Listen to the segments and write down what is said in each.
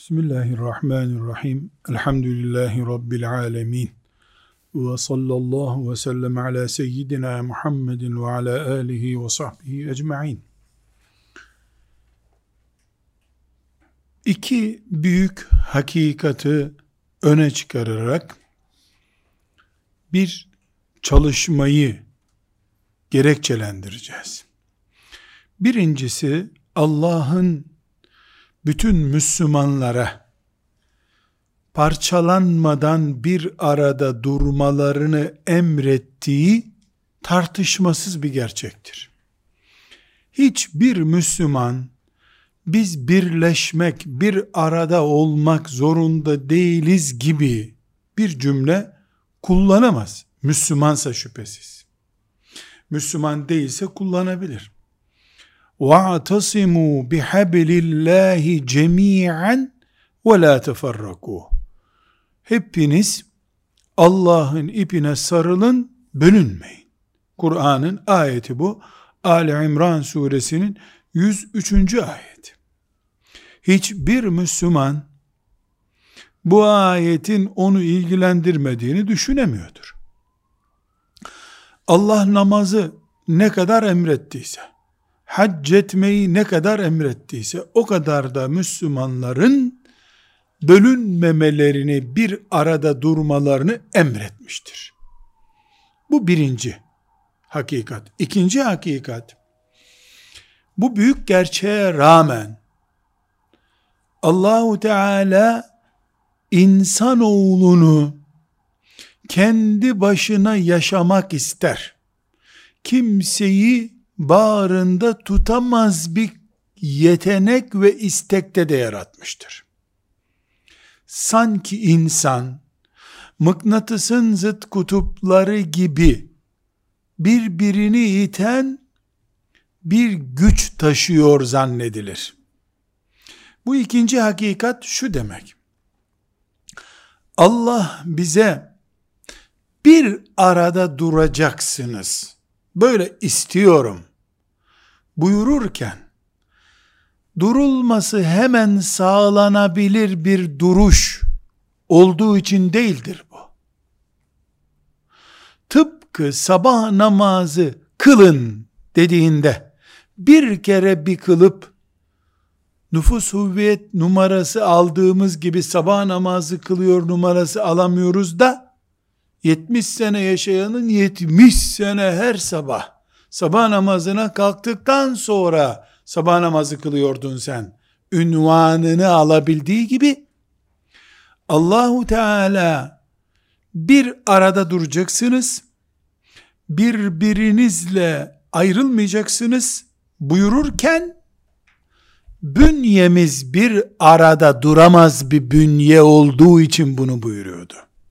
Bismillahirrahmanirrahim. Elhamdülillahi Rabbil alemin. Ve sallallahu ve sellem ala seyyidina Muhammedin ve ala alihi ve sahbihi ecma'in. İki büyük hakikati öne çıkararak bir çalışmayı gerekçelendireceğiz. Birincisi, Allah'ın bütün Müslümanlara parçalanmadan bir arada durmalarını emrettiği tartışmasız bir gerçektir. Hiçbir Müslüman biz birleşmek, bir arada olmak zorunda değiliz gibi bir cümle kullanamaz. Müslümansa şüphesiz. Müslüman değilse kullanabilir. وَاَعْتَصِمُوا بِحَبْلِ اللّٰهِ جَمِيعًا وَلَا تَفَرَّقُوا. Hepiniz Allah'ın ipine sarılın, bölünmeyin. Kur'an'ın ayeti bu. Ali İmran suresinin 103. ayeti. Hiçbir Müslüman bu ayetin onu ilgilendirmediğini düşünemiyordur. Allah namazı ne kadar emrettiyse, hac etmeyi ne kadar emrettiyse, o kadar da Müslümanların bölünmemelerini, bir arada durmalarını emretmiştir. Bu birinci hakikat. İkinci hakikat, bu büyük gerçeğe rağmen Allahu Teala insanoğlunu kendi başına yaşamak ister. Kimseyi bağrında tutamaz bir yetenek ve istekte de yaratmıştır. Sanki insan mıknatısın zıt kutupları gibi birbirini iten bir güç taşıyor zannedilir. Bu ikinci hakikat şu demek: Allah bize bir arada duracaksınız, böyle istiyorum buyururken, durulması hemen sağlanabilir bir duruş olduğu için değildir bu. Tıpkı sabah namazı kılın dediğinde, bir kere bir kılıp nüfus hüviyet numarası aldığımız gibi sabah namazı kılıyor numarası alamıyoruz da, 70 sene yaşayanın 70 sene her sabah namazına kalktıktan sonra sabah namazı kılıyordun sen ünvanını alabildiği gibi, Allahu Teala bir arada duracaksınız, birbirinizle ayrılmayacaksınız buyururken, bünyemiz bir arada duramaz bir bünye olduğu için bunu buyuruyordu.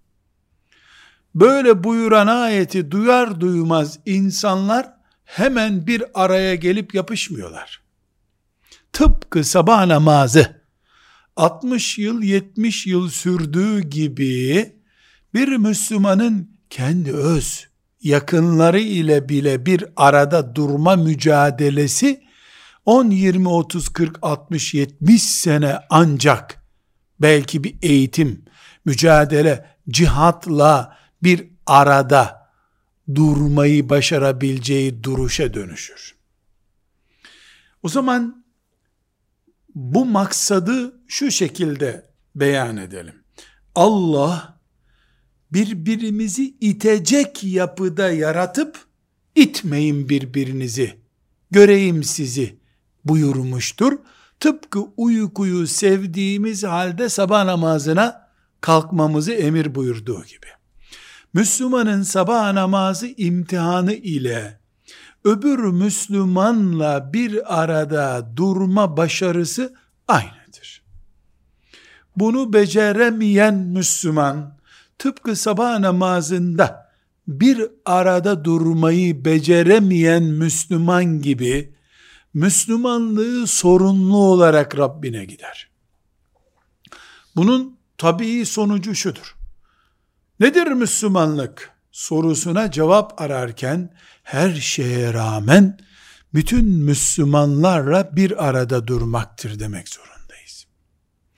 Böyle buyuran ayeti duyar duymaz insanlar hemen bir araya gelip yapışmıyorlar. Tıpkı sabah namazı 60 yıl 70 yıl sürdüğü gibi, bir Müslümanın kendi öz yakınları ile bile bir arada durma mücadelesi 10, 20, 30, 40, 60, 70 sene ancak belki bir eğitim, mücadele, cihatla bir arada durmayı başarabileceği duruşa dönüşür. O zaman bu maksadı şu şekilde beyan edelim. Allah birbirimizi itecek yapıda yaratıp, itmeyin birbirinizi, göreyim sizi buyurmuştur. Tıpkı uykuyu sevdiğimiz halde sabah namazına kalkmamızı emir buyurduğu gibi. Müslümanın sabah namazı imtihanı ile öbür Müslümanla bir arada durma başarısı aynıdır. Bunu beceremeyen Müslüman, tıpkı sabah namazında bir arada durmayı beceremeyen Müslüman gibi, Müslümanlığı sorunlu olarak Rabbine gider. Bunun tabii sonucu şudur: nedir Müslümanlık sorusuna cevap ararken, her şeye rağmen bütün Müslümanlarla bir arada durmaktır demek zorundayız.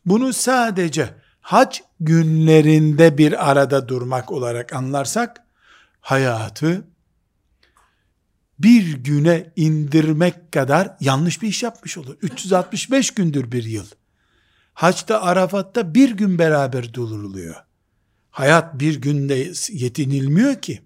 Bunu sadece hac günlerinde bir arada durmak olarak anlarsak, hayatı bir güne indirmek kadar yanlış bir iş yapmış olur. 365 gündür bir yıl. Haçta, Arafat'ta bir gün beraber duruluyor. Hayat bir günde yetinilmiyor ki.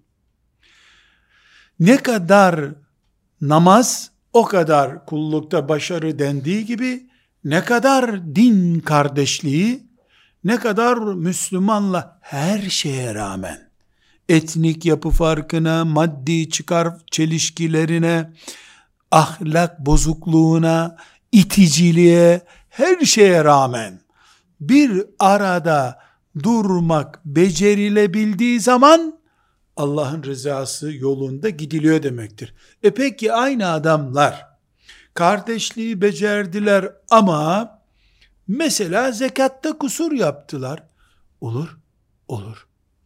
Ne kadar namaz, o kadar kullukta başarı dendiği gibi, ne kadar din kardeşliği, ne kadar Müslümanla her şeye rağmen, etnik yapı farkına, maddi çıkar çelişkilerine, ahlak bozukluğuna, iticiliğe, her şeye rağmen bir arada durmak becerilebildiği zaman Allah'ın rızası yolunda gidiliyor demektir. Peki aynı adamlar kardeşliği becerdiler ama mesela zekatta kusur yaptılar. Olur.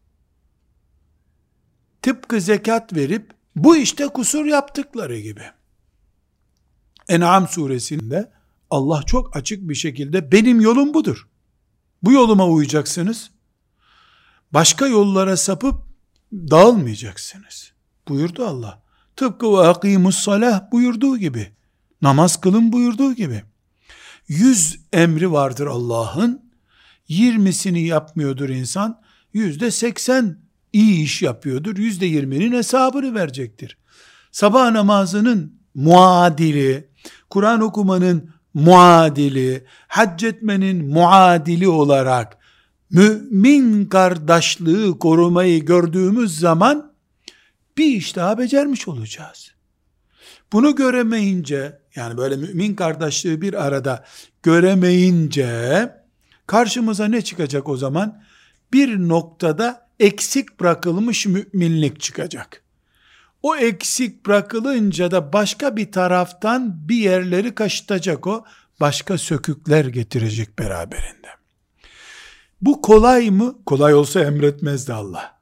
Tıpkı zekat verip bu işte kusur yaptıkları gibi. En'am suresinde Allah çok açık bir şekilde benim yolum budur, bu yoluma uyacaksınız, başka yollara sapıp dağılmayacaksınız buyurdu Allah. Tıpkı ve akimus salah buyurduğu gibi, namaz kılın buyurduğu gibi. 100 emri vardır Allah'ın, 20'sini yapmıyordur insan, %80 iyi iş yapıyordur, %20'nin hesabını verecektir. Sabah namazının muadili, Kur'an okumanın muadili, hac etmenin muadili olarak mümin kardeşliği korumayı gördüğümüz zaman bir iş daha becermiş olacağız. Bunu göremeyince, yani böyle mümin kardeşliği bir arada göremeyince karşımıza ne çıkacak o zaman? Bir noktada eksik bırakılmış müminlik çıkacak. O eksik bırakılınca da başka bir taraftan bir yerleri kaşıtacak o, başka sökükler getirecek beraberinde. Bu kolay mı? Kolay olsa emretmezdi Allah.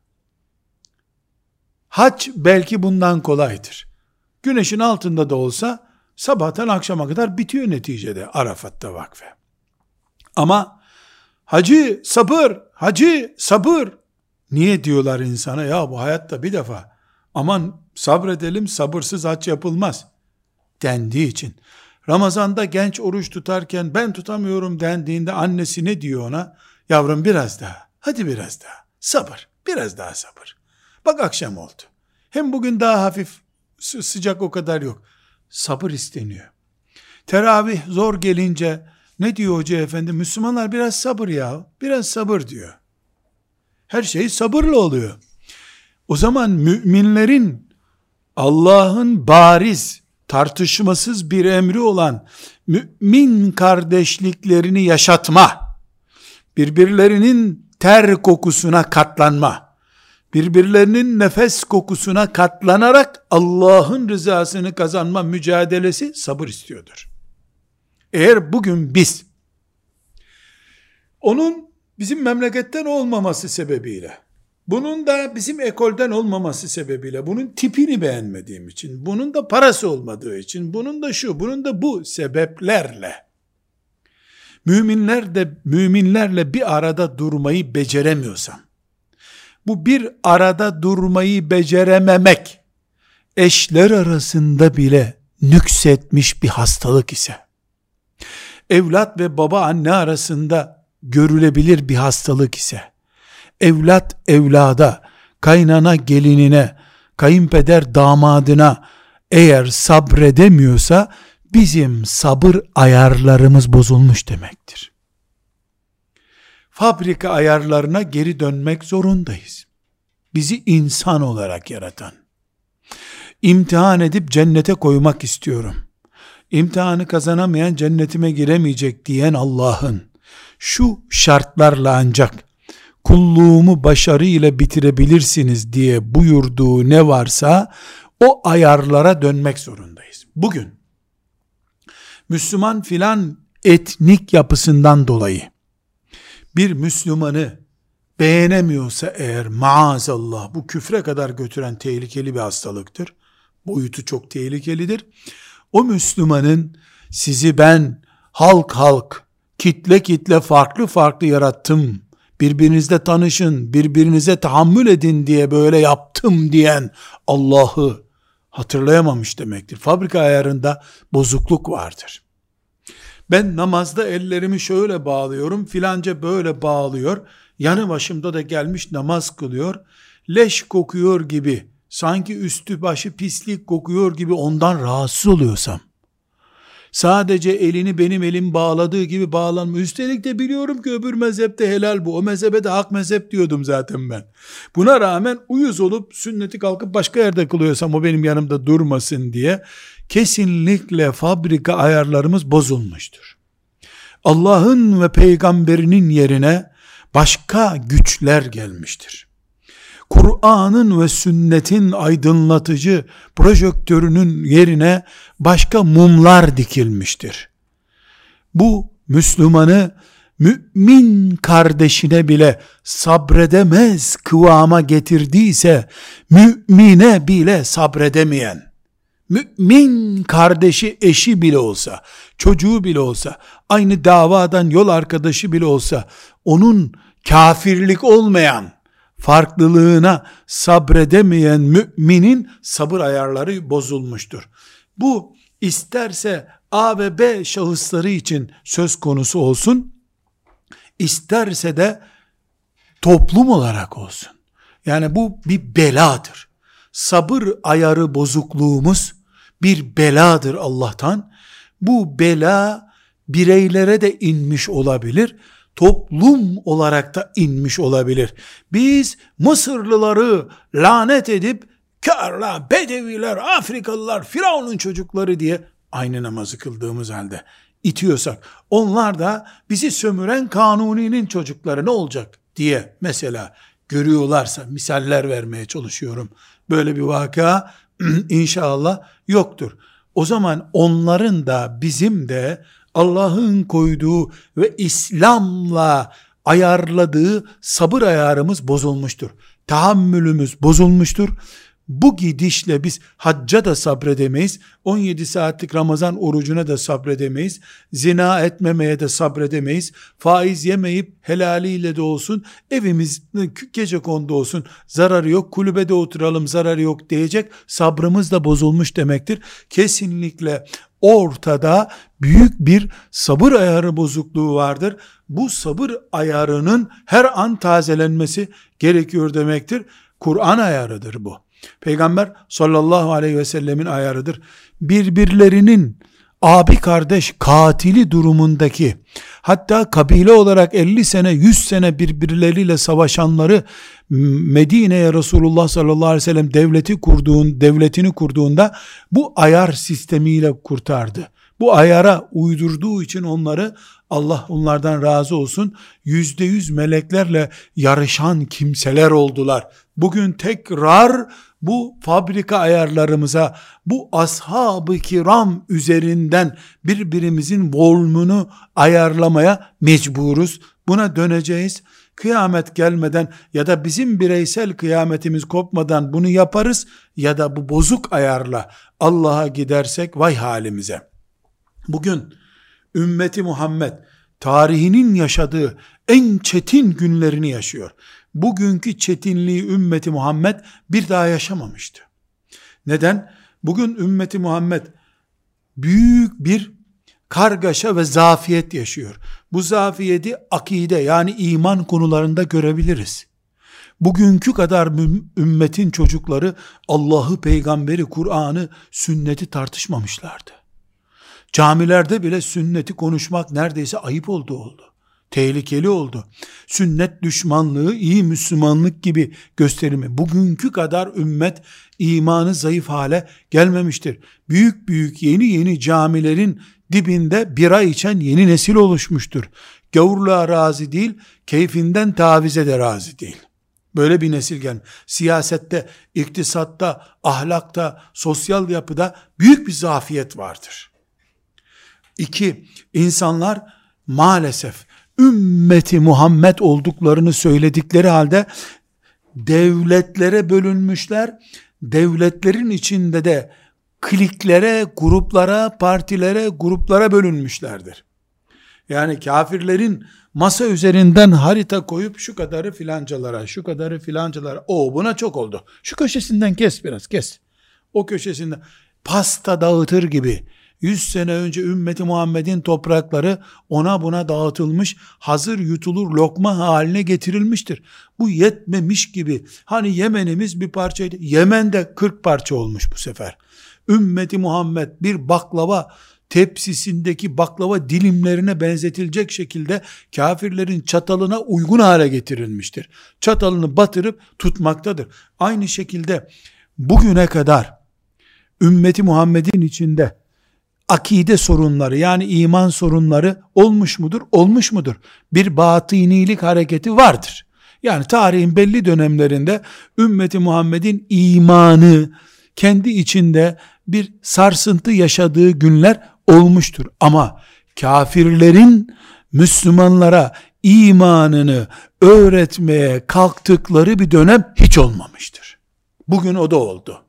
Hac belki bundan kolaydır. Güneşin altında da olsa sabahtan akşama kadar bitiyor neticede Arafat'ta vakfe. Ama hacı sabır, hacı sabır. Niye diyorlar insana? Ya bu hayatta bir defa, aman sabredelim, sabırsız hac yapılmaz dendiği için. Ramazanda genç oruç tutarken ben tutamıyorum dendiğinde annesi ne diyor ona? Yavrum biraz daha, hadi biraz daha, sabır, biraz daha sabır. Bak akşam oldu. Hem bugün daha hafif, sıcak o kadar yok. Sabır isteniyor. Teravih zor gelince ne diyor hoca efendi? Müslümanlar biraz sabır ya, biraz sabır diyor. Her şey sabırla oluyor. O zaman müminlerin Allah'ın bariz, tartışmasız bir emri olan mümin kardeşliklerini yaşatma, birbirlerinin ter kokusuna katlanma, birbirlerinin nefes kokusuna katlanarak Allah'ın rızasını kazanma mücadelesi sabır istiyordur. Eğer bugün biz onun bizim memleketten olmaması sebebiyle, bunun da bizim ekolden olmaması sebebiyle, bunun tipini beğenmediğim için, bunun da parası olmadığı için, bunun da şu, bunun da bu sebeplerle müminlerle bir arada durmayı beceremiyorsam, bu bir arada durmayı becerememek eşler arasında bile nüksetmiş bir hastalık ise, evlat ve baba anne arasında görülebilir bir hastalık ise, evlat evlada, kaynana gelinine, kayınpeder damadına eğer sabredemiyorsa, bizim sabır ayarlarımız bozulmuş demektir. Fabrika ayarlarına geri dönmek zorundayız. Bizi insan olarak yaratan, imtihan edip cennete koymak istiyorum, İmtihanı kazanamayan cennetime giremeyecek diyen Allah'ın, şu şartlarla ancak kulluğumu başarıyla bitirebilirsiniz diye buyurduğu ne varsa, o ayarlara dönmek zorundayız. Bugün Müslüman filan etnik yapısından dolayı bir Müslümanı beğenemiyorsa eğer, maazallah, bu küfre kadar götüren tehlikeli bir hastalıktır. Boyutu çok tehlikelidir. O Müslümanın sizi ben halk kitle kitle farklı farklı yarattım, birbirinizle tanışın, birbirinize tahammül edin diye böyle yaptım diyen Allah'ı hatırlayamamış demektir. Fabrika ayarında bozukluk vardır. Ben namazda ellerimi şöyle bağlıyorum, filanca böyle bağlıyor, yanı başımda da gelmiş namaz kılıyor, leş kokuyor gibi, sanki üstü başı pislik kokuyor gibi ondan rahatsız oluyorsam, sadece elini benim elim bağladığı gibi bağlanma, üstelik de biliyorum ki öbür mezhepte helal bu, o mezhebe de hak mezhep diyordum zaten ben, buna rağmen uyuz olup sünneti kalkıp başka yerde kılıyorsam o benim yanımda durmasın diye, kesinlikle fabrika ayarlarımız bozulmuştur. Allah'ın ve peygamberinin yerine başka güçler gelmiştir. Kur'an'ın ve sünnetin aydınlatıcı projektörünün yerine başka mumlar dikilmiştir. Bu Müslümanı mümin kardeşine bile sabredemez kıvama getirdiyse, mümine bile sabredemeyen, mümin kardeşi, eşi bile olsa, çocuğu bile olsa, aynı davadan yol arkadaşı bile olsa, onun kafirlik olmayan farklılığına sabredemeyen müminin sabır ayarları bozulmuştur. Bu isterse A ve B şahısları için söz konusu olsun, isterse de toplum olarak olsun. Yani bu bir beladır. Sabır ayarı bozukluğumuz bir beladır Allah'tan. Bu bela bireylere de inmiş olabilir, toplum olarak da inmiş olabilir. Biz Mısırlıları lanet edip kârlar, Bedeviler, Afrikalılar, Firavun'un çocukları diye aynı namazı kıldığımız halde itiyorsak, onlar da bizi sömüren Kanuni'nin çocukları ne olacak diye mesela görüyorlarsa, misaller vermeye çalışıyorum. Böyle bir vaka inşallah yoktur. O zaman onların da bizim de Allah'ın koyduğu ve İslam'la ayarladığı sabır ayarımız bozulmuştur. Tahammülümüz bozulmuştur. Bu gidişle biz hacca da sabredemeyiz, 17 saatlik Ramazan orucuna da sabredemeyiz, zina etmemeye de sabredemeyiz, faiz yemeyip helaliyle de olsun, evimiz gecekondu olsun, zararı yok, kulübede oturalım, zararı yok diyecek sabrımız da bozulmuş demektir. Kesinlikle ortada büyük bir sabır ayarı bozukluğu vardır. Bu sabır ayarının her an tazelenmesi gerekiyor demektir. Kur'an ayarıdır bu. Peygamber sallallahu aleyhi ve sellemin ayarıdır. Birbirlerinin abi kardeş katili durumundaki, hatta kabile olarak 50 sene 100 sene birbirleriyle savaşanları Medine'ye Resulullah sallallahu aleyhi ve sellem devletini kurduğunda bu ayar sistemiyle kurtardı. Bu ayara uydurduğu için onları, Allah onlardan razı olsun, %100 meleklerle yarışan kimseler oldular. Bugün tekrar bu fabrika ayarlarımıza, bu ashab-ı kiram üzerinden birbirimizin volümünü ayarlamaya mecburuz. Buna döneceğiz. Kıyamet gelmeden ya da bizim bireysel kıyametimiz kopmadan bunu yaparız, ya da bu bozuk ayarla Allah'a gidersek vay halimize. Bugün ümmeti Muhammed tarihinin yaşadığı en çetin günlerini yaşıyor. Bugünkü çetinliği ümmeti Muhammed bir daha yaşamamıştı. Neden? Bugün ümmeti Muhammed büyük bir kargaşa ve zafiyet yaşıyor. Bu zafiyeti akide, yani iman konularında görebiliriz. Bugünkü kadar ümmetin çocukları Allah'ı, peygamberi, Kur'an'ı, sünneti tartışmamışlardı. Camilerde bile sünneti konuşmak neredeyse ayıp oldu. Tehlikeli oldu. Sünnet düşmanlığı, iyi Müslümanlık gibi gösterimi. Bugünkü kadar ümmet imanı zayıf hale gelmemiştir. Büyük büyük yeni camilerin dibinde bira içen yeni nesil oluşmuştur. Gavurluğa razı değil, keyfinden tavize de razı değil. Böyle bir nesil gelmiş. Siyasette, iktisatta, ahlakta, sosyal yapıda büyük bir zafiyet vardır. 2. İnsanlar maalesef ümmeti Muhammed olduklarını söyledikleri halde devletlere bölünmüşler. Devletlerin içinde de kliklere, gruplara, partilere, gruplara bölünmüşlerdir. Yani kafirlerin masa üzerinden harita koyup şu kadarı filancalara, şu kadarı filancalara, o buna çok oldu. Şu köşesinden kes, biraz kes. O köşesinden pasta dağıtır gibi 100 sene önce ümmeti Muhammed'in toprakları ona buna dağıtılmış, hazır yutulur lokma haline getirilmiştir. Bu yetmemiş gibi, hani Yemen'imiz bir parçaydı, Yemen'de 40 parça olmuş bu sefer. Ümmeti Muhammed bir baklava tepsisindeki baklava dilimlerine benzetilecek şekilde kafirlerin çatalına uygun hale getirilmiştir. Çatalını batırıp tutmaktadır. Aynı şekilde bugüne kadar ümmeti Muhammed'in içinde akide sorunları, yani iman sorunları olmuş mudur? Olmuş mudur? Bir batınilik hareketi vardır. Yani tarihin belli dönemlerinde ümmeti Muhammed'in imanı kendi içinde bir sarsıntı yaşadığı günler olmuştur. Ama kafirlerin Müslümanlara imanını öğretmeye kalktıkları bir dönem hiç olmamıştır. Bugün o da oldu.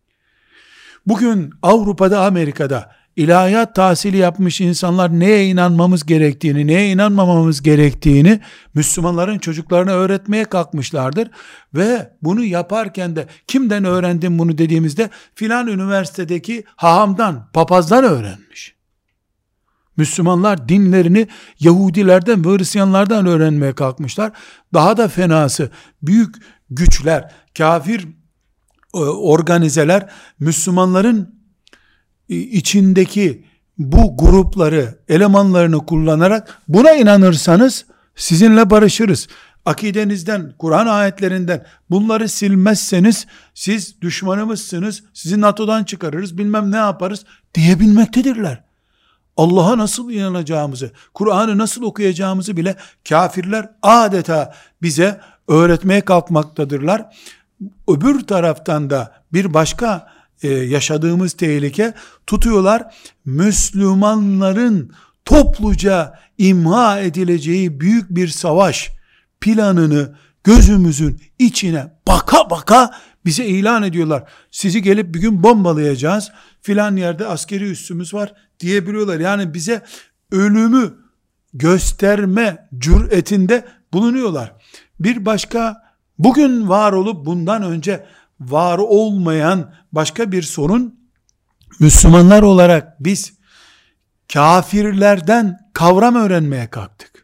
Bugün Avrupa'da, Amerika'da ilahiyat tahsili yapmış insanlar neye inanmamız gerektiğini, neye inanmamamız gerektiğini Müslümanların çocuklarına öğretmeye kalkmışlardır. Ve bunu yaparken de kimden öğrendim bunu dediğimizde filan üniversitedeki hahamdan, papazdan öğrenmiş. Müslümanlar dinlerini Yahudilerden ve Hristiyanlardan öğrenmeye kalkmışlar. Daha da fenası, büyük güçler, kafir organizeler Müslümanların içindeki bu grupları, elemanlarını kullanarak buna inanırsanız sizinle barışırız. Akidenizden, Kur'an ayetlerinden bunları silmezseniz siz düşmanımızsınız, sizi NATO'dan çıkarırız, bilmem ne yaparız diyebilmektedirler. Allah'a nasıl inanacağımızı, Kur'an'ı nasıl okuyacağımızı bile kafirler adeta bize öğretmeye kalkmaktadırlar. Öbür taraftan da bir başka yaşadığımız tehlike, tutuyorlar Müslümanların topluca imha edileceği büyük bir savaş planını gözümüzün içine baka baka bize ilan ediyorlar. Sizi gelip bir gün bombalayacağız, filan yerde askeri üssümüz var diyebiliyorlar. Yani bize ölümü gösterme cüretinde bulunuyorlar. Bir başka, bugün var olup bundan önce var olmayan başka bir sorun, Müslümanlar olarak biz kafirlerden kavram öğrenmeye kalktık.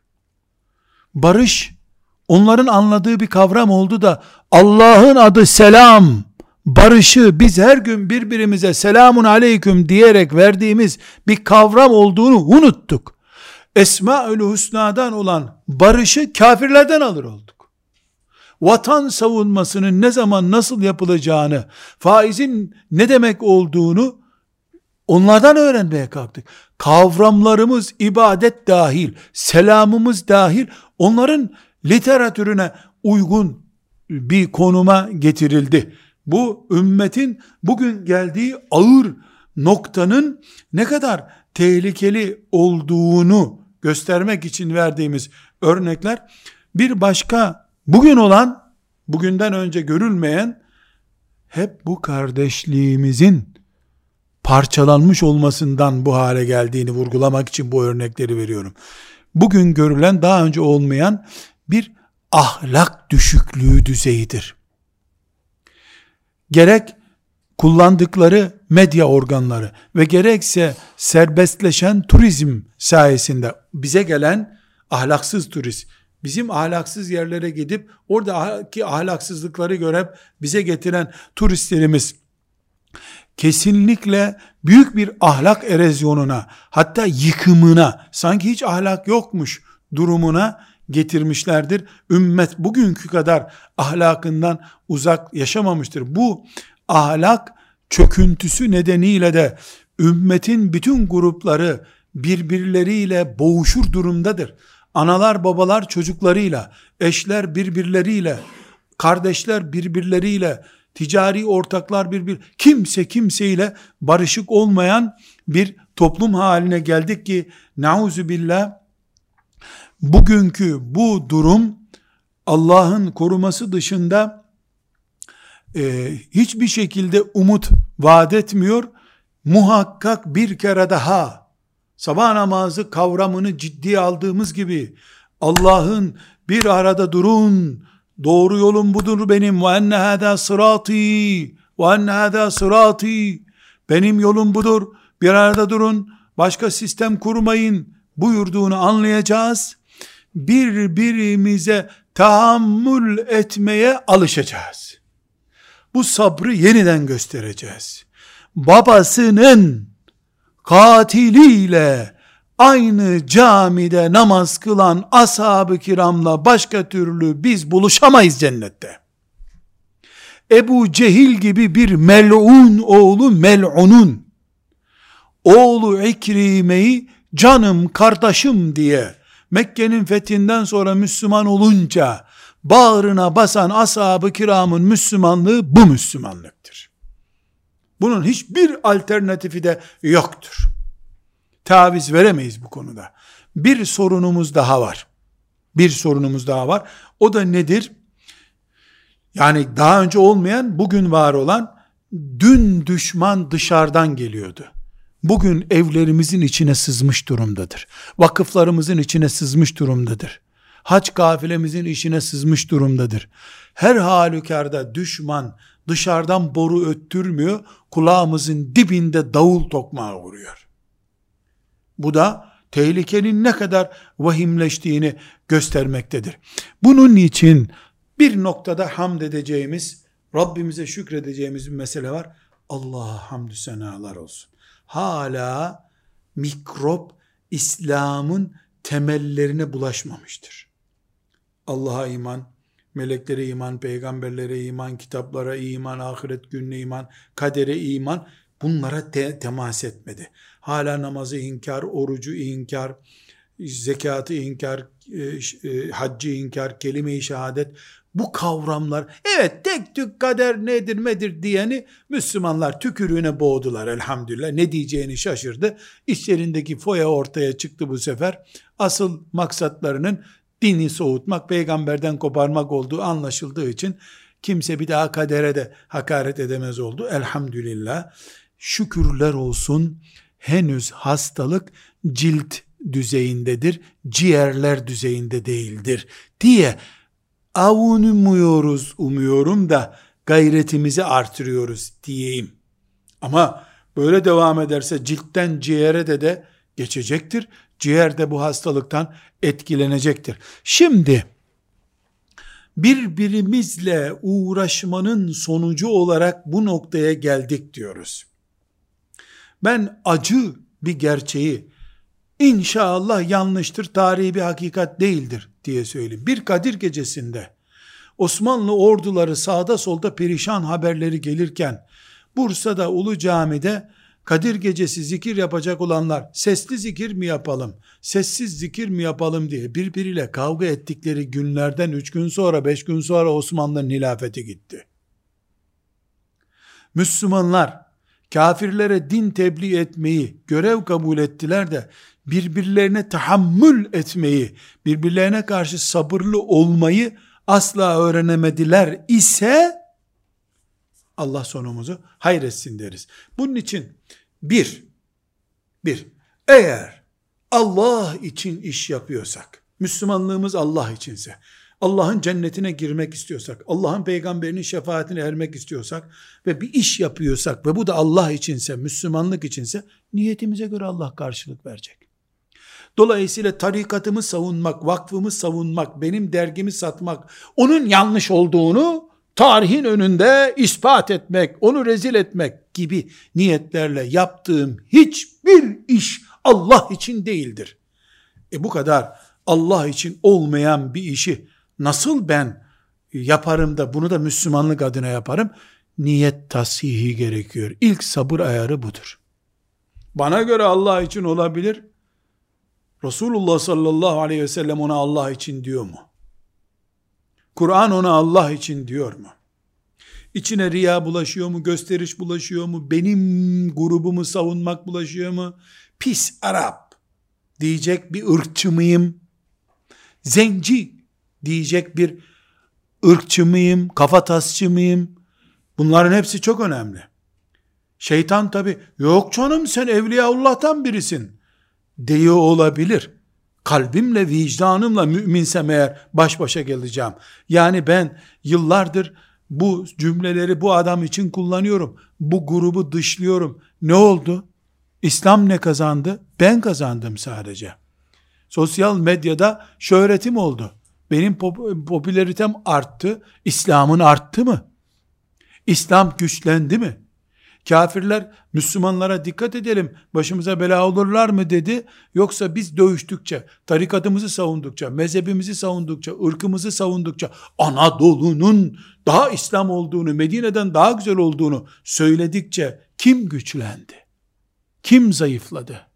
Barış onların anladığı bir kavram oldu da Allah'ın adı selam, barışı biz her gün birbirimize selamun aleyküm diyerek verdiğimiz bir kavram olduğunu unuttuk. Esmaül Hüsna'dan olan barışı kafirlerden alır olduk. Vatan savunmasının ne zaman nasıl yapılacağını, faizin ne demek olduğunu onlardan öğrenmeye kalktık. Kavramlarımız ibadet dahil, selamımız dahil onların literatürüne uygun bir konuma getirildi. Bu ümmetin bugün geldiği ağır noktanın ne kadar tehlikeli olduğunu göstermek için verdiğimiz örnekler. Bir başka, bugün olan, bugünden önce görülmeyen, hep bu kardeşliğimizin parçalanmış olmasından bu hale geldiğini vurgulamak için bu örnekleri veriyorum. Bugün görülen, daha önce olmayan bir ahlak düşüklüğü düzeyidir. Gerek kullandıkları medya organları ve gerekse serbestleşen turizm sayesinde bize gelen ahlaksız turist, bizim ahlaksız yerlere gidip oradaki ahlaksızlıkları görüp bize getiren turistlerimiz kesinlikle büyük bir ahlak erozyonuna, hatta yıkımına, sanki hiç ahlak yokmuş durumuna getirmişlerdir. Ümmet bugünkü kadar ahlakından uzak yaşamamıştır. Bu ahlak çöküntüsü nedeniyle de ümmetin bütün grupları birbirleriyle boğuşur durumdadır. Analar babalar çocuklarıyla, eşler birbirleriyle, kardeşler birbirleriyle, ticari ortaklar kimse kimseyle barışık olmayan bir toplum haline geldik ki nauzubillah, bugünkü bu durum Allah'ın koruması dışında hiçbir şekilde umut vaat etmiyor. Muhakkak bir kere daha sabah namazı kavramını ciddiye aldığımız gibi Allah'ın bir arada durun, doğru yolum budur benim, ve enne hâdâ sırâtî, ve enne hâdâ sırâtî, benim yolum budur, bir arada durun, başka sistem kurmayın buyurduğunu anlayacağız. Birbirimize tahammül etmeye alışacağız. Bu sabrı yeniden göstereceğiz. Babasının katiliyle aynı camide namaz kılan ashab-ı kiramla başka türlü biz buluşamayız cennette. Ebu Cehil gibi bir mel'un oğlu Mel'un'un oğlu İkrime'yi canım kardeşim diye Mekke'nin fethinden sonra Müslüman olunca bağrına basan ashab-ı kiramın Müslümanlığı bu Müslümanlıktır. Bunun hiçbir alternatifi de yoktur. Taviz veremeyiz bu konuda. Bir sorunumuz daha var. Bir sorunumuz daha var. O da nedir? Yani daha önce olmayan, bugün var olan, dün düşman dışarıdan geliyordu. Bugün evlerimizin içine sızmış durumdadır. Vakıflarımızın içine sızmış durumdadır. Hac kafilemizin içine sızmış durumdadır. Her halükarda düşman dışarıdan boru öttürmüyor, kulağımızın dibinde davul tokmağı vuruyor. Bu da tehlikenin ne kadar vahimleştiğini göstermektedir. Bunun için bir noktada hamd edeceğimiz, Rabbimize şükredeceğimiz bir mesele var. Allah'a hamdü senalar olsun. Hala mikrop İslam'ın temellerine bulaşmamıştır. Allah'a iman, meleklere iman, peygamberlere iman, kitaplara iman, ahiret gününe iman, kadere iman, bunlara temas etmedi. Hala namazı inkar, orucu inkar, zekatı inkar, haccı inkar, kelime-i şehadet, bu kavramlar, evet tek tük kader nedir medir diyeni Müslümanlar tükürüğüne boğdular elhamdülillah. Ne diyeceğini şaşırdı. İçlerindeki foya ortaya çıktı bu sefer. Asıl maksatlarının dini soğutmak, peygamberden koparmak olduğu anlaşıldığı için kimse bir daha kadere de hakaret edemez oldu. Elhamdülillah. Şükürler olsun, henüz hastalık cilt düzeyindedir, ciğerler düzeyinde değildir diye avunmuyoruz, umuyorum da gayretimizi artırıyoruz diyeyim. Ama böyle devam ederse ciltten ciğere de geçecektir. Ciğer de bu hastalıktan etkilenecektir. Şimdi birbirimizle uğraşmanın sonucu olarak bu noktaya geldik diyoruz. Ben acı bir gerçeği, İnşallah yanlıştır, tarihi bir hakikat değildir diye söyleyeyim. Bir Kadir gecesinde Osmanlı orduları sağda solda perişan haberleri gelirken Bursa'da Ulu Cami'de Kadir gecesi zikir yapacak olanlar sesli zikir mi yapalım, sessiz zikir mi yapalım diye birbiriyle kavga ettikleri günlerden 3 gün sonra 5 gün sonra Osmanlı'nın hilafeti gitti. Müslümanlar kafirlere din tebliğ etmeyi görev kabul ettiler de birbirlerine tahammül etmeyi, birbirlerine karşı sabırlı olmayı asla öğrenemediler ise Allah sonumuzu hayretsin deriz. Bunun için bir, eğer Allah için iş yapıyorsak, Müslümanlığımız Allah içinse, Allah'ın cennetine girmek istiyorsak, Allah'ın peygamberinin şefaatine ermek istiyorsak ve bir iş yapıyorsak ve bu da Allah içinse, Müslümanlık içinse niyetimize göre Allah karşılık verecek. Dolayısıyla tarikatımı savunmak, vakfımı savunmak, benim dergimi satmak, onun yanlış olduğunu tarihin önünde ispat etmek, onu rezil etmek gibi niyetlerle yaptığım hiçbir iş Allah için değildir. Bu kadar Allah için olmayan bir işi nasıl ben yaparım da bunu da Müslümanlık adına yaparım? Niyet tasihi gerekiyor. İlk sabır ayarı budur. Bana göre Allah için olabilir. Resulullah sallallahu aleyhi ve sellem ona Allah için diyor mu? Kur'an ona Allah için diyor mu? İçine riya bulaşıyor mu? Gösteriş bulaşıyor mu? Benim grubumu savunmak bulaşıyor mu? Pis Arap diyecek bir ırkçı mıyım? Zenci diyecek bir ırkçı mıyım? Kafatasçı mıyım? Bunların hepsi çok önemli. Şeytan tabi, yok canım sen Evliyaullah'tan birisin diyor olabilir. Kalbimle, vicdanımla müminsem eğer baş başa geleceğim. Yani ben yıllardır bu cümleleri bu adam için kullanıyorum. Bu grubu dışlıyorum. Ne oldu? İslam ne kazandı? Ben kazandım sadece. Sosyal medyada şöhretim oldu. Benim popülaritem arttı. İslam'ın arttı mı? İslam güçlendi mi? Kafirler Müslümanlara dikkat edelim, başımıza bela olurlar mı dedi. Yoksa biz dövüştükçe, tarikatımızı savundukça, mezhebimizi savundukça, ırkımızı savundukça, Anadolu'nun daha İslam olduğunu, Medine'den daha güzel olduğunu söyledikçe kim güçlendi? Kim zayıfladı?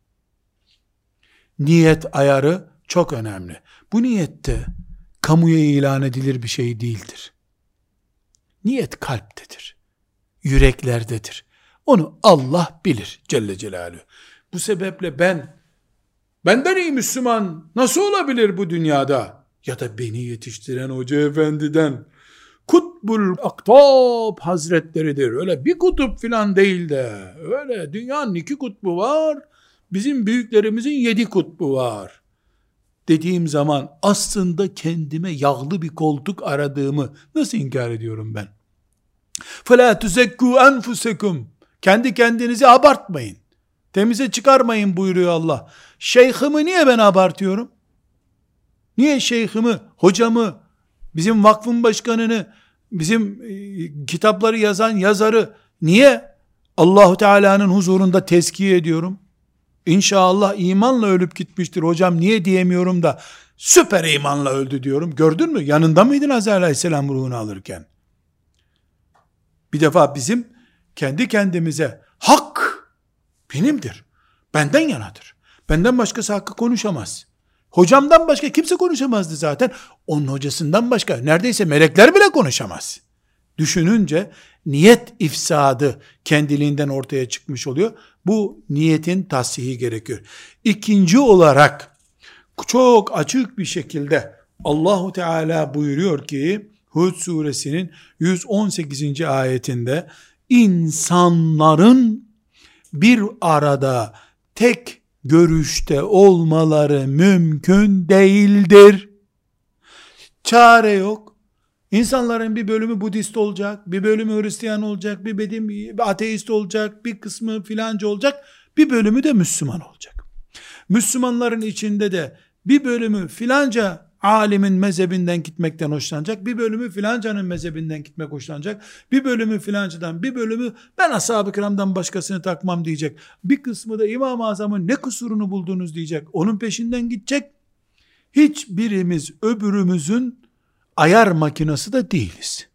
Niyet ayarı çok önemli. Bu niyette kamuya ilan edilir bir şey değildir. Niyet kalptedir. Yüreklerdedir. Onu Allah bilir Celle Celaluhu. Bu sebeple benden iyi Müslüman nasıl olabilir bu dünyada? Ya da beni yetiştiren hoca efendiden, Kutbul Aktab Hazretleridir. Öyle bir kutup filan değil de, öyle dünyanın 2 kutbu var, bizim büyüklerimizin 7 kutbu var dediğim zaman aslında kendime yağlı bir koltuk aradığımı nasıl inkar ediyorum ben? فَلَا تُزَكُّوا أَنْفُسَكُمْ Kendi kendinizi abartmayın. Temize çıkarmayın buyuruyor Allah. Şeyhimi niye ben abartıyorum? Niye şeyhimi, hocamı, bizim vakfın başkanını, bizim kitapları yazan yazarı niye Allahu Teala'nın huzurunda tezkiye ediyorum? İnşallah imanla ölüp gitmiştir hocam niye diyemiyorum da süper imanla öldü diyorum. Gördün mü? Yanında mıydın Azrail Aleyhisselam ruhunu alırken? Bir defa bizim kendi kendimize hak benimdir, benden yanadır, benden başkası hakkı konuşamaz, hocamdan başka kimse konuşamazdı zaten, onun hocasından başka neredeyse melekler bile konuşamaz düşününce niyet ifsadı kendiliğinden ortaya çıkmış oluyor. Bu niyetin tashihi gerekiyor. İkinci olarak çok açık bir şekilde Allahu Teala buyuruyor ki Hud suresinin 118. ayetinde insanların bir arada tek görüşte olmaları mümkün değildir. Çare yok. İnsanların bir bölümü Budist olacak, bir bölümü Hristiyan olacak, bir ateist olacak, bir kısmı filanca olacak, bir bölümü de Müslüman olacak. Müslümanların içinde de bir bölümü filanca alimin mezhebinden gitmekten hoşlanacak, bir bölümü filancanın mezhebinden gitmek hoşlanacak, bir bölümü filancadan, bir bölümü ben ashab-ı kiramdan başkasını takmam diyecek, bir kısmı da İmam-ı Azam'ın ne kusurunu buldunuz diyecek, onun peşinden gidecek. Hiçbirimiz öbürümüzün ayar makinesi de değiliz.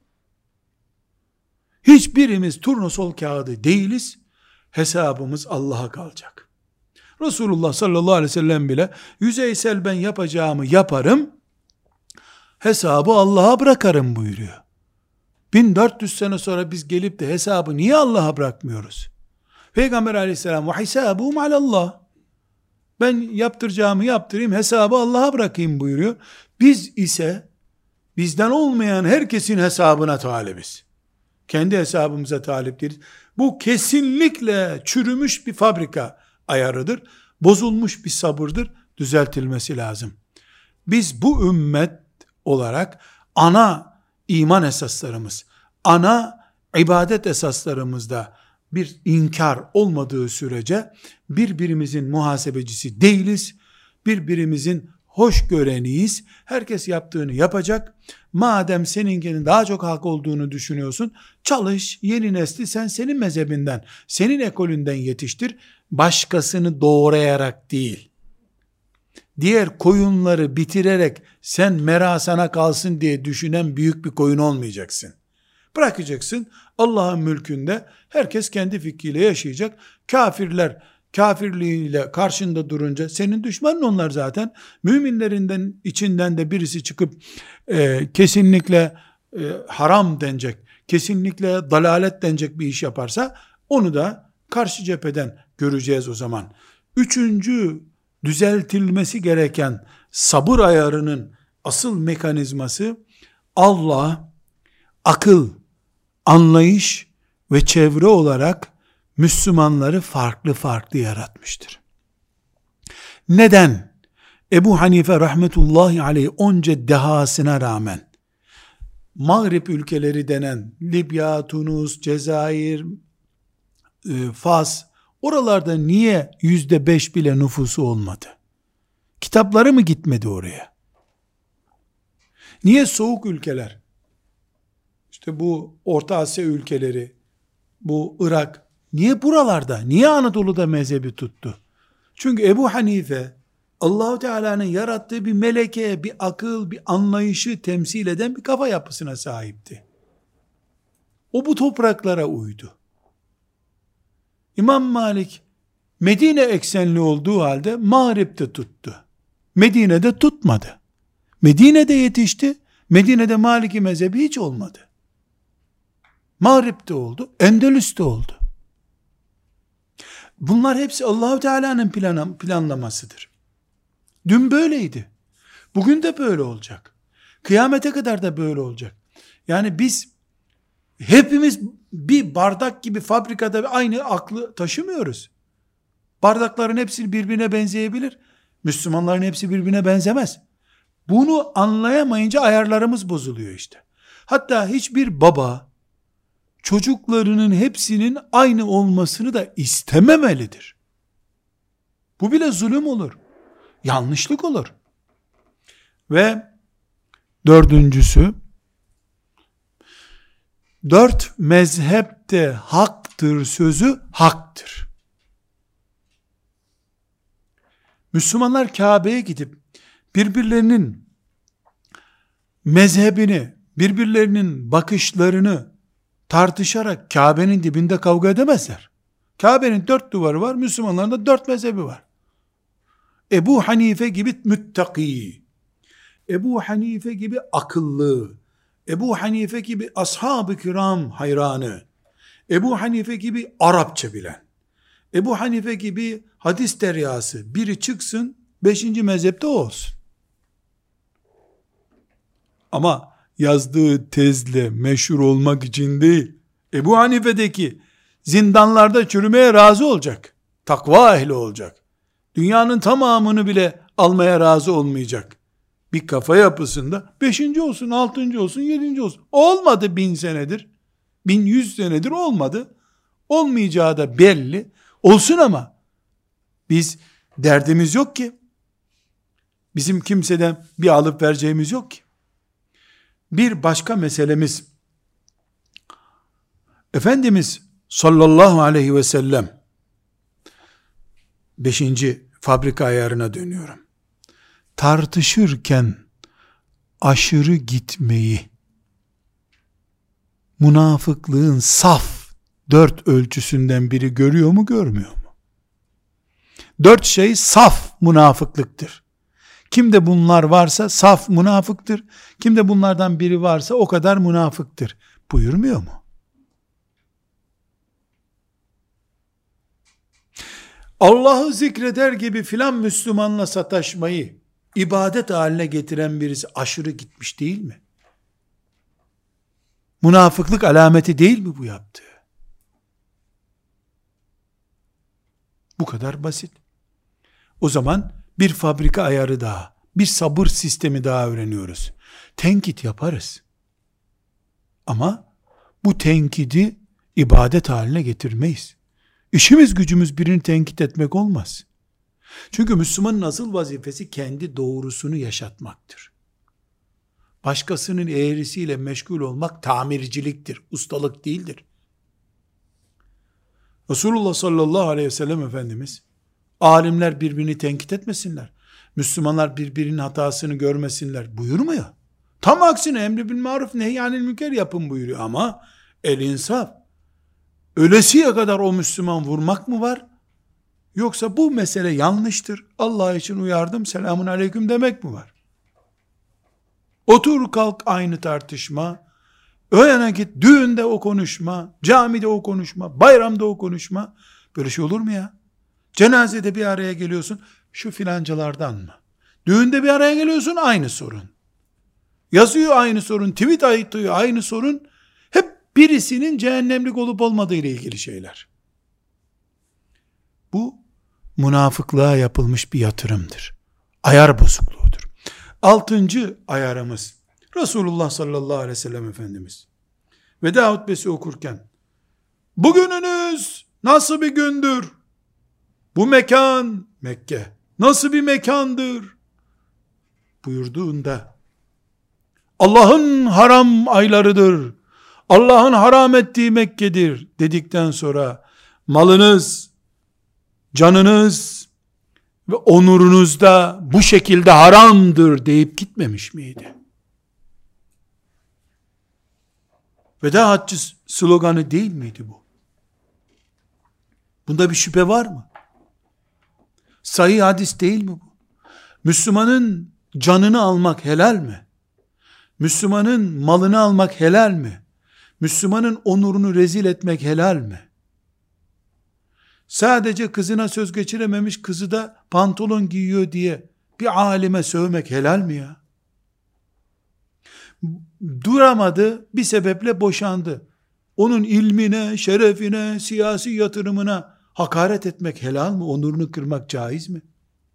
Hiçbirimiz turnusol kağıdı değiliz. Hesabımız Allah'a kalacak. Resulullah sallallahu aleyhi ve sellem bile yüzeysel ben yapacağımı yaparım, hesabı Allah'a bırakarım buyuruyor. 1400 sene sonra biz gelip de hesabı niye Allah'a bırakmıyoruz? Peygamber aleyhisselam وَحِسَابُهُمْ عَلَى اللّٰهِ ben yaptıracağımı yaptırayım, hesabı Allah'a bırakayım buyuruyor. Biz ise bizden olmayan herkesin hesabına talibiz. Kendi hesabımıza talip değiliz. Bu kesinlikle çürümüş bir fabrika ayarıdır. Bozulmuş bir sabırdır. Düzeltilmesi lazım. Biz bu ümmet olarak ana iman esaslarımız, ana ibadet esaslarımızda bir inkar olmadığı sürece birbirimizin muhasebecisi değiliz. Birbirimizin hoş göreniyiz. Herkes yaptığını yapacak. Madem seninkinin daha çok hak olduğunu düşünüyorsun, çalış, yeni nesli sen senin mezhebinden, senin ekolünden yetiştir. Başkasını doğrayarak değil. Diğer koyunları bitirerek sen merasana kalsın diye düşünen büyük bir koyun olmayacaksın. Bırakacaksın. Allah'ın mülkünde herkes kendi fikriyle yaşayacak. Kafirler kafirliğiyle karşında durunca senin düşmanın onlar zaten. Müminlerinden içinden de birisi çıkıp kesinlikle haram denecek, kesinlikle dalalet denecek bir iş yaparsa onu da karşı cepheden göreceğiz o zaman. Üçüncü düzeltilmesi gereken sabır ayarının asıl mekanizması Allah akıl, anlayış ve çevre olarak Müslümanları farklı farklı yaratmıştır. Neden? Ebu Hanife rahmetullahi aleyh onca dehasına rağmen Mağrip ülkeleri denen Libya, Tunus, Cezayir, Fas, oralarda niye %5 bile nüfusu olmadı? Kitapları mı gitmedi oraya? Niye soğuk ülkeler, işte bu Orta Asya ülkeleri, bu Irak, niye buralarda, niye Anadolu'da mezhebi tuttu? Çünkü Ebu Hanife, Allah-u Teala'nın yarattığı bir meleke, bir akıl, bir anlayışı temsil eden bir kafa yapısına sahipti. O bu topraklara uydu. İmam Malik, Medine eksenli olduğu halde Mağrip'te tuttu. Medine'de tutmadı. Medine'de yetişti, Medine'de Maliki mezhebi hiç olmadı. Mağrip'te oldu, Endülüs'te oldu. Bunlar hepsi Allah-u Teala'nın planlamasıdır. Dün böyleydi. Bugün de böyle olacak. Kıyamete kadar da böyle olacak. Yani biz hepimiz bir bardak gibi fabrikada aynı aklı taşımıyoruz. Bardakların hepsi birbirine benzeyebilir. Müslümanların hepsi birbirine benzemez. Bunu anlayamayınca ayarlarımız bozuluyor işte. Hatta hiçbir baba çocuklarının hepsinin aynı olmasını da istememelidir. Bu bile zulüm olur. Yanlışlık olur. Ve dördüncüsü, 4 mezhepte haktır sözü haktır. Müslümanlar Kabe'ye gidip birbirlerinin mezhebini, birbirlerinin bakışlarını tartışarak Kabe'nin dibinde kavga edemezler. Kabe'nin 4 duvarı var, Müslümanların da 4 mezhebi var. Ebu Hanife gibi müttaki, Ebu Hanife gibi akıllı, Ebu Hanife gibi ashab-ı kiram hayranı, Ebu Hanife gibi Arapça bilen, Ebu Hanife gibi hadis deryası biri çıksın, 5. mezhepte olsun. Ama yazdığı tezle meşhur olmak için değil, Ebu Hanife'deki zindanlarda çürümeye razı olacak, takva ehli olacak, dünyanın tamamını bile almaya razı olmayacak bir kafa yapısında 5. olsun, 6. olsun, 7. olsun. Olmadı 1000 senedir, 1100 senedir olmadı. Olmayacağı da belli. Olsun ama biz derdimiz yok ki. Bizim kimseden bir alıp vereceğimiz yok ki. Bir başka meselemiz, Efendimiz sallallahu aleyhi ve sellem, 5. fabrika ayarına dönüyorum. Tartışırken aşırı gitmeyi, münafıklığın saf 4 ölçüsünden biri görüyor mu, görmüyor mu? 4 şey saf münafıklıktır. Kimde bunlar varsa saf münafıktır. Kimde bunlardan biri varsa o kadar münafıktır. Buyurmuyor mu? Allah'ı zikreder gibi filan Müslümanla sataşmayı ibadet haline getiren birisi aşırı gitmiş değil mi? Münafıklık alameti değil mi bu yaptığı? Bu kadar basit. O zaman bir fabrika ayarı daha, bir sabır sistemi daha öğreniyoruz. Tenkit yaparız. Ama bu tenkidi ibadet haline getirmeyiz. İşimiz gücümüz birini tenkit etmek olmaz. Çünkü Müslümanın asıl vazifesi kendi doğrusunu yaşatmaktır. Başkasının eğrisiyle meşgul olmak tamirciliktir, ustalık değildir. Resulullah sallallahu aleyhi ve sellem Efendimiz, alimler birbirini tenkit etmesinler, Müslümanlar birbirinin hatasını görmesinler buyurmuyor. Tam aksine emri bil maruf nehyanil münker yapın buyuruyor ama el insaf. Ölesiye kadar o Müslüman vurmak mı var? Yoksa bu mesele yanlıştır, Allah için uyardım, selamun aleyküm demek mi var? Otur kalk aynı tartışma, o yana git, düğünde o konuşma, camide o konuşma, bayramda o konuşma. Böyle şey olur mu ya? Cenazede bir araya geliyorsun, şu filancalardan mı? Düğünde bir araya geliyorsun, aynı sorun. Yazıyor aynı sorun, tweet atıyor aynı sorun. Hep birisinin cehennemlik olup olmadığı ile ilgili şeyler. Bu münafıklığa yapılmış bir yatırımdır. Ayar bozukluğudur. 6. ayarımız Resulullah sallallahu aleyhi ve sellem Efendimiz veda hutbesi okurken bugününüz nasıl bir gündür? Bu mekan Mekke nasıl bir mekandır? Buyurduğunda Allah'ın haram aylarıdır. Allah'ın haram ettiği Mekke'dir dedikten sonra malınız, canınız ve onurunuz da bu şekilde haramdır deyip gitmemiş miydi? Veda haccı sloganı değil miydi bu? Bunda bir şüphe var mı? Sahih hadis değil mi bu? Müslümanın canını almak helal mi? Müslümanın malını almak helal mi? Müslümanın onurunu rezil etmek helal mi? Sadece kızına söz geçirememiş kızı da pantolon giyiyor diye bir alime sövmek helal mi ya? Duramadı, bir sebeple boşandı. Onun ilmine, şerefine, siyasi yatırımına hakaret etmek helal mi? Onurunu kırmak caiz mi?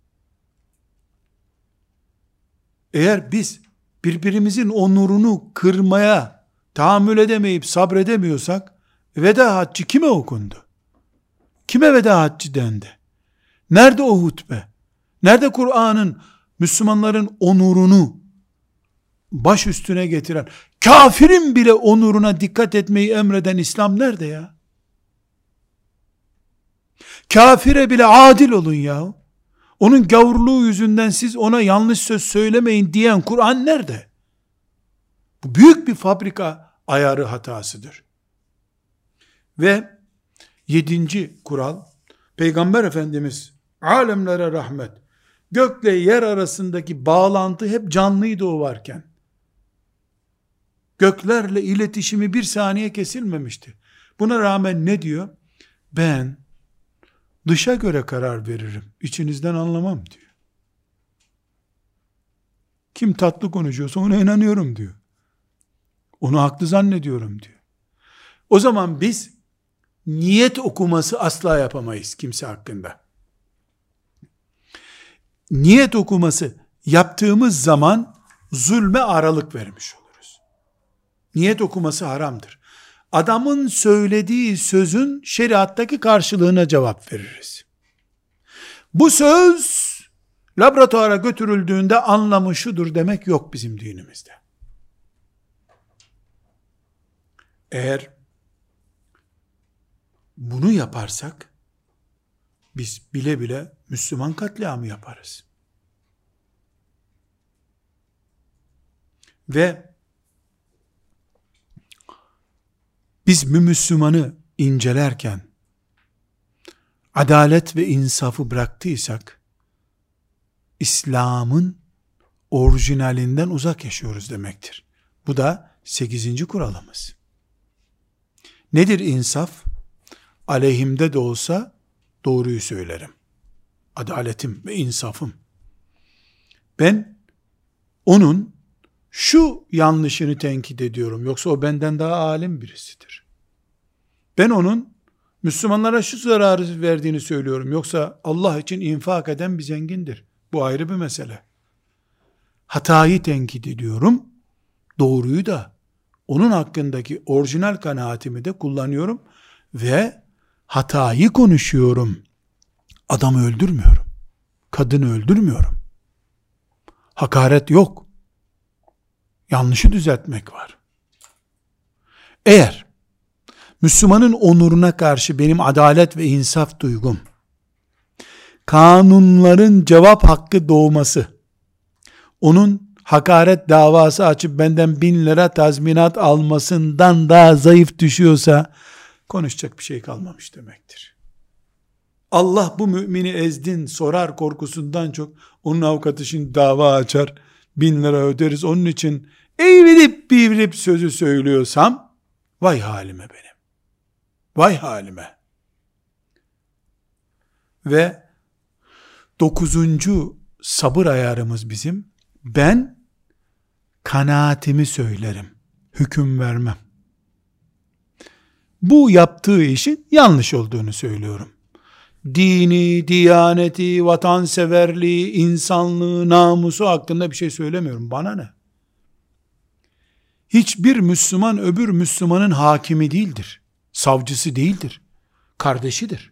Eğer biz birbirimizin onurunu kırmaya tahammül edemeyip sabredemiyorsak, veda haccı kime okundu? Kime veda haccı dendi? Nerede o hutbe? Nerede Kur'an'ın Müslümanların onurunu baş üstüne getiren, kafirin bile onuruna dikkat etmeyi emreden İslam nerede ya? Kafire bile adil olun ya. Onun gavurluğu yüzünden siz ona yanlış söz söylemeyin diyen Kur'an nerede? Bu büyük bir fabrika ayarı hatasıdır. Ve 7. kural, Peygamber Efendimiz alemlere rahmet, gökle yer arasındaki bağlantı hep canlıydı o varken. Göklerle iletişimi bir saniye kesilmemişti. Buna rağmen ne diyor? Ben dışa göre karar veririm, içinizden anlamam diyor. Kim tatlı konuşuyorsa ona inanıyorum diyor. Onu haklı zannediyorum diyor. O zaman biz niyet okuması asla yapamayız kimse hakkında. Niyet okuması yaptığımız zaman zulme aralık vermiş oluruz. Niyet okuması haramdır. Adamın söylediği sözün şeriattaki karşılığına cevap veririz. Bu söz laboratuvara götürüldüğünde anlamı şudur demek yok bizim dinimizde. Eğer bunu yaparsak biz bile bile Müslüman katliamı yaparız. Ve biz bir Müslümanı incelerken adalet ve insafı bıraktıysak İslam'ın orijinalinden uzak yaşıyoruz demektir. Bu da 8. kuralımız. Nedir insaf? Aleyhimde de olsa doğruyu söylerim. Adaletim ve insafım. Ben onun şu yanlışını tenkit ediyorum. Yoksa o benden daha alim birisidir. Ben onun Müslümanlara şu zararı verdiğini söylüyorum. Yoksa Allah için infak eden bir zengindir. Bu ayrı bir mesele. Hatayı tenkit ediyorum. Doğruyu da onun hakkındaki orijinal kanaatimi de kullanıyorum ve hatayı konuşuyorum. Adamı öldürmüyorum. Kadını öldürmüyorum. Hakaret yok. Yanlışı düzeltmek var. Eğer Müslümanın onuruna karşı benim adalet ve insaf duygum, kanunların cevap hakkı doğması, onun hakaret davası açıp benden 1000 lira tazminat almasından daha zayıf düşüyorsa, konuşacak bir şey kalmamış demektir. Allah bu mümini ezdin sorar korkusundan çok, onun avukatı şimdi dava açar, 1000 lira öderiz, onun için eğrilip bivrip sözü söylüyorsam, vay halime benim. Vay halime. Ve 9. sabır ayarımız bizim, ben kanaatimi söylerim, hüküm vermem. Bu yaptığı işin yanlış olduğunu söylüyorum. dini, diyaneti, vatanseverliği, insanlığı, namusu hakkında bir şey söylemiyorum. Bana ne? Hiçbir Müslüman öbür Müslümanın hakimi değildir. Savcısı değildir. Kardeşidir.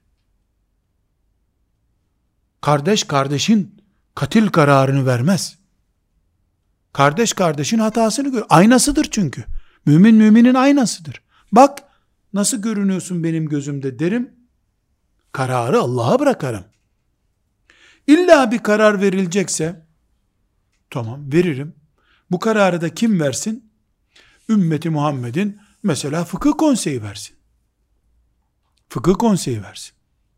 Kardeş kardeşin katil kararını vermez. Kardeş kardeşin hatasını gör. Aynasıdır çünkü. Mümin müminin aynasıdır. Bak nasıl görünüyorsun benim gözümde derim. Kararı Allah'a bırakarım. İlla bir karar verilecekse tamam veririm. Bu kararı da kim versin? Ümmeti Muhammed'in mesela fıkıh konseyi versin. Fıkıh konseyi versin.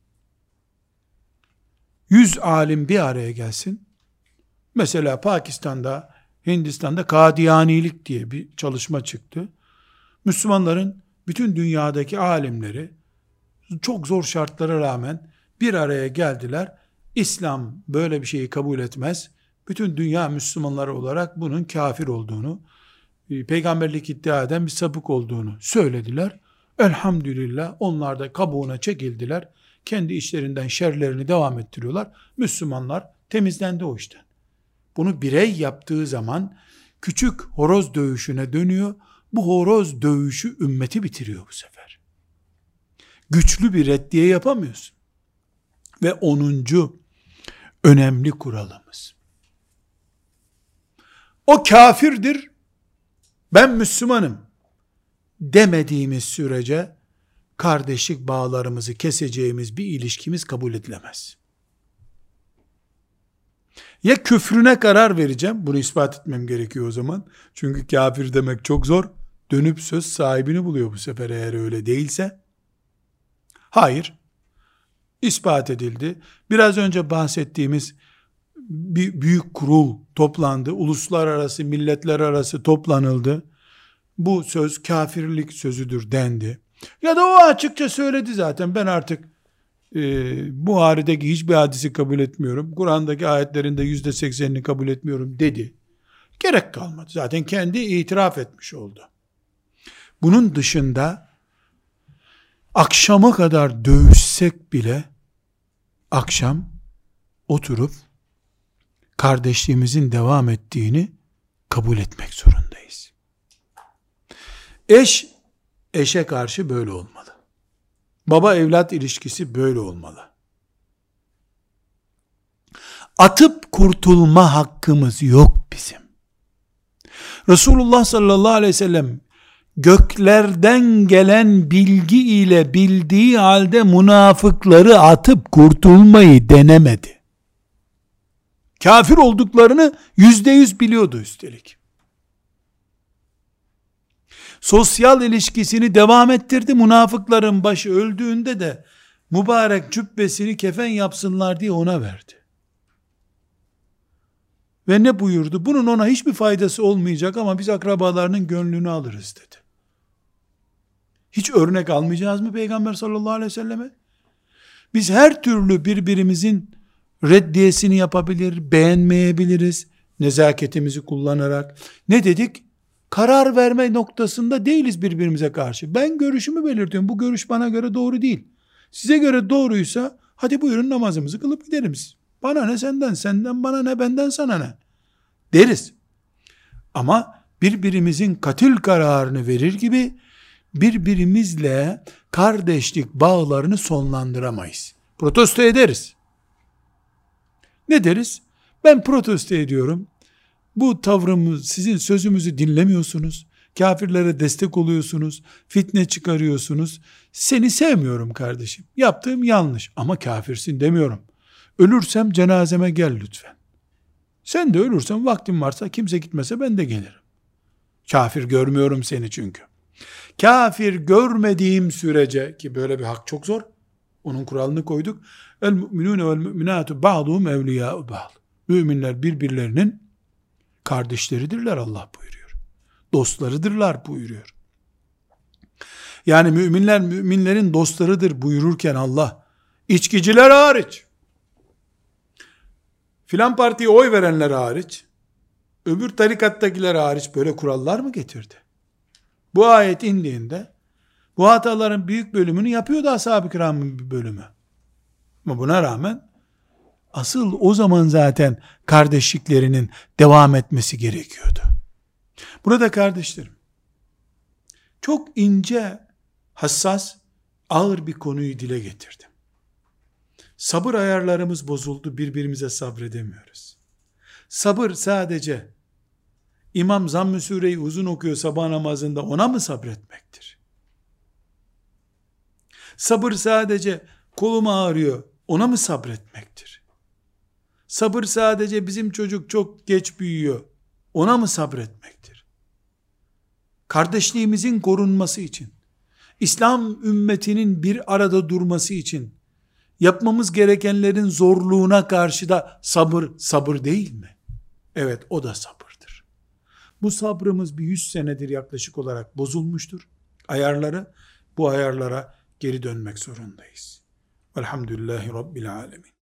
100 alim bir araya gelsin. Mesela Pakistan'da, Hindistan'da Kadiyanilik diye bir çalışma çıktı. Müslümanların bütün dünyadaki alimleri çok zor şartlara rağmen bir araya geldiler. İslam böyle bir şeyi kabul etmez. Bütün dünya Müslümanları olarak bunun kafir olduğunu, peygamberlik iddia eden bir sapık olduğunu söylediler. Elhamdülillah onlar da kabuğuna çekildiler. Kendi işlerinden şerlerini devam ettiriyorlar. Müslümanlar temizlendi o işten. Bunu birey yaptığı zaman küçük horoz dövüşüne dönüyor. Bu horoz dövüşü ümmeti bitiriyor bu sefer. Güçlü bir reddiye yapamıyorsun. Ve 10. önemli kuralımız. O kafirdir, ben Müslümanım demediğimiz sürece kardeşlik bağlarımızı keseceğimiz bir ilişkimiz kabul edilemez. Ya küfrüne karar vereceğim, bunu ispat etmem gerekiyor o zaman. Çünkü kafir demek çok zor. Dönüp söz sahibini buluyor bu sefer eğer öyle değilse. Hayır, ispat edildi. Biraz önce bahsettiğimiz bir büyük kurul toplandı. Uluslararası, milletler arası toplanıldı. Bu söz kafirlik sözüdür dendi. Ya da o açıkça söyledi zaten. Ben artık Buhari'deki hiçbir hadisi kabul etmiyorum. Kur'an'daki ayetlerinde %80'ini kabul etmiyorum dedi. Gerek kalmadı. Zaten kendi itiraf etmiş oldu. Bunun dışında akşama kadar dövüşsek bile akşam oturup kardeşliğimizin devam ettiğini kabul etmek zorundayız. Eş, eşe karşı böyle olmalı. Baba evlat ilişkisi böyle olmalı. Atıp kurtulma hakkımız yok bizim. Resulullah sallallahu aleyhi ve sellem göklerden gelen bilgi ile bildiği halde münafıkları atıp kurtulmayı denemedi. Kafir olduklarını %100 biliyordu üstelik. Sosyal ilişkisini devam ettirdi. Münafıkların başı öldüğünde de mübarek cübbesini kefen yapsınlar diye ona verdi. Ve ne buyurdu? Bunun ona hiçbir faydası olmayacak ama biz akrabalarının gönlünü alırız dedi. Hiç örnek almayacağız mı Peygamber sallallahu aleyhi ve selleme? Biz her türlü birbirimizin reddiyesini yapabilir, beğenmeyebiliriz. Nezaketimizi kullanarak. Ne dedik? Karar verme noktasında değiliz birbirimize karşı. Ben görüşümü belirtiyorum. Bu görüş bana göre doğru değil. Size göre doğruysa hadi buyurun namazımızı kılıp gidelim biz. Bana ne senden, senden bana ne, benden sana ne deriz. Ama birbirimizin katil kararını verir gibi birbirimizle kardeşlik bağlarını sonlandıramayız. Protesto ederiz. Ne deriz? Ben protesto ediyorum. Bu tavrımız, sizin sözümüzü dinlemiyorsunuz. Kafirlere destek oluyorsunuz. Fitne çıkarıyorsunuz. Seni sevmiyorum kardeşim. Yaptığım yanlış ama kafirsin demiyorum. Ölürsem cenazeme gel lütfen. Sen de ölürsen vaktin varsa kimse gitmese ben de gelirim. Kafir görmüyorum seni çünkü. Kafir görmediğim sürece, ki böyle bir hak çok zor. Onun kuralını koyduk. El mu'minune vel mu'minatu ba'duhum evliya'u ba'd. Müminler birbirlerinin kardeşleridirler Allah buyuruyor. Dostlarıdırlar buyuruyor. Yani müminler müminlerin dostlarıdır buyururken Allah, içkiciler hariç, filan partiye oy verenler hariç, öbür tarikattakiler hariç böyle kurallar mı getirdi? Bu ayet indiğinde bu hataların büyük bölümünü yapıyordu ashab-ı kiramın bir bölümü. Ama buna rağmen asıl o zaman zaten kardeşliklerinin devam etmesi gerekiyordu. Burada kardeşlerim, çok ince, hassas, ağır bir konuyu dile getirdim. Sabır ayarlarımız bozuldu, birbirimize sabredemiyoruz. Sabır sadece İmam Zamm-ı Sure'yi uzun okuyor sabah namazında, ona mı sabretmektir? Sabır sadece kolum ağrıyor, ona mı sabretmektir? Sabır sadece bizim çocuk çok geç büyüyor, ona mı sabretmektir? Kardeşliğimizin korunması için, İslam ümmetinin bir arada durması için, yapmamız gerekenlerin zorluğuna karşı da sabır değil mi? Evet, o da sabırdır. Bu sabrımız bir 100 senedir yaklaşık olarak bozulmuştur. Bu ayarlara geri dönmek zorundayız. Velhamdülillahi Rabbil alemin.